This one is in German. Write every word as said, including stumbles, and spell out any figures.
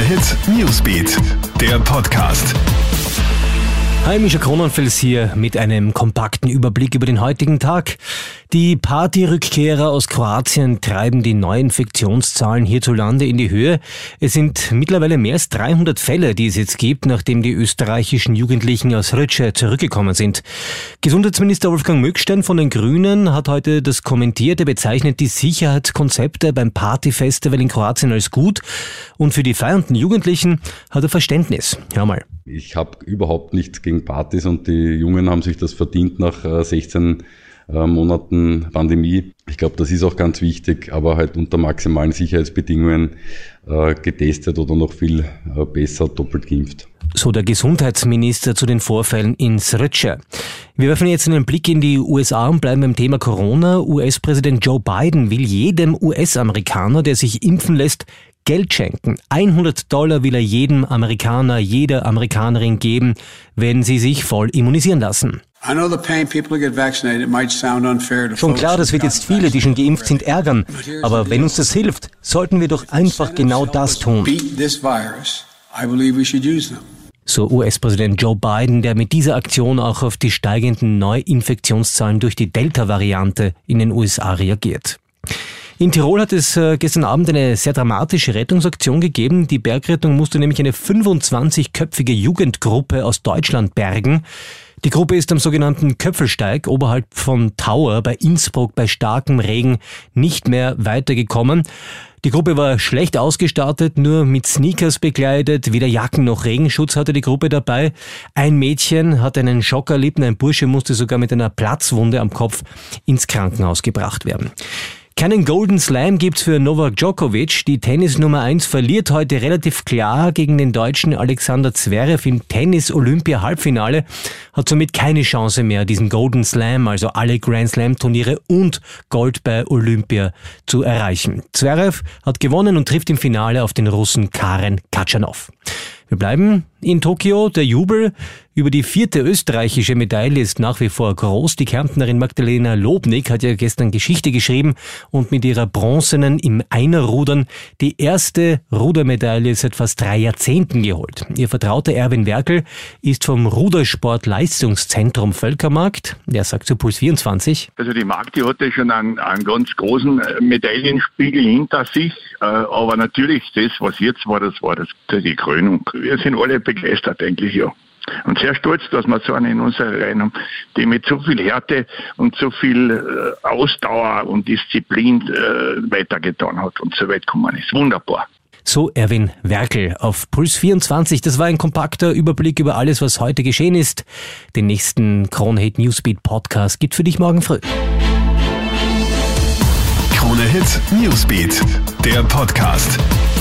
Hit Newsbeat, der Podcast. Hi, Mischa Kronenfels hier mit einem kompakten Überblick über den heutigen Tag. Die Partyrückkehrer aus Kroatien treiben die Neuinfektionszahlen hierzulande in die Höhe. Es sind mittlerweile mehr als dreihundert Fälle, die es jetzt gibt, nachdem die österreichischen Jugendlichen aus Srce zurückgekommen sind. Gesundheitsminister Wolfgang Möckstein von den Grünen hat heute das kommentiert. Er bezeichnet die Sicherheitskonzepte beim Partyfestival in Kroatien als gut und für die feiernden Jugendlichen hat er Verständnis. Hör mal. Ich habe überhaupt nichts gegen Partys und die Jungen haben sich das verdient nach sechzehn Monaten Pandemie. Ich glaube, das ist auch ganz wichtig, aber halt unter maximalen Sicherheitsbedingungen äh, getestet oder noch viel äh, besser doppelt geimpft. So der Gesundheitsminister zu den Vorfällen in Srce. Wir werfen jetzt einen Blick in die U S A und bleiben beim Thema Corona. U S-Präsident Joe Biden will jedem U S-Amerikaner, der sich impfen lässt, Geld schenken. hundert Dollar will er jedem Amerikaner, jeder Amerikanerin geben, wenn sie sich voll immunisieren lassen. Schon klar, das wird jetzt viele, die schon geimpft sind, ärgern. Aber wenn uns das hilft, sollten wir doch einfach genau das tun. So U S-Präsident Joe Biden, der mit dieser Aktion auch auf die steigenden Neuinfektionszahlen durch die Delta-Variante in den U S A reagiert. In Tirol hat es gestern Abend eine sehr dramatische Rettungsaktion gegeben. Die Bergrettung musste nämlich eine fünfundzwanzigköpfige Jugendgruppe aus Deutschland bergen. Die Gruppe ist am sogenannten Köpfelsteig oberhalb von Tauer bei Innsbruck bei starkem Regen nicht mehr weitergekommen. Die Gruppe war schlecht ausgestattet, nur mit Sneakers bekleidet, weder Jacken noch Regenschutz hatte die Gruppe dabei. Ein Mädchen hat einen Schock erlitten, ein Bursche musste sogar mit einer Platzwunde am Kopf ins Krankenhaus gebracht werden. Keinen Golden Slam gibt's für Novak Djokovic. Die Tennis-Nummer eins verliert heute relativ klar gegen den Deutschen Alexander Zverev im Tennis-Olympia-Halbfinale, hat somit keine Chance mehr, diesen Golden Slam, also alle Grand Slam-Turniere und Gold bei Olympia zu erreichen. Zverev hat gewonnen und trifft im Finale auf den Russen Karen Khachanov. Wir bleiben in Tokio. Der Jubel über die vierte österreichische Medaille ist nach wie vor groß. Die Kärntnerin Magdalena Lobnig hat ja gestern Geschichte geschrieben und mit ihrer bronzenen im Einerrudern die erste Rudermedaille seit fast drei Jahrzehnten geholt. Ihr Vertrauter Erwin Werkel ist vom Rudersport-Leistungszentrum Völkermarkt. Der sagt zu Puls vierundzwanzig. Also die Magdi hatte schon einen, einen ganz großen Medaillenspiegel hinter sich, aber natürlich das, was jetzt war, das war das, die Krönung. Wir sind alle begeistert eigentlich, ja. Und sehr stolz, dass wir so einen in unserer Reihe haben, die mit so viel Härte und so viel äh, Ausdauer und Disziplin äh, weitergetan hat und so weit gekommen ist. Wunderbar. So Erwin Werkel auf Puls vierundzwanzig. Das war ein kompakter Überblick über alles, was heute geschehen ist. Den nächsten Krone-Hit Newsbeat Podcast gibt für dich morgen früh. Krone-Hit Newsbeat, der Podcast.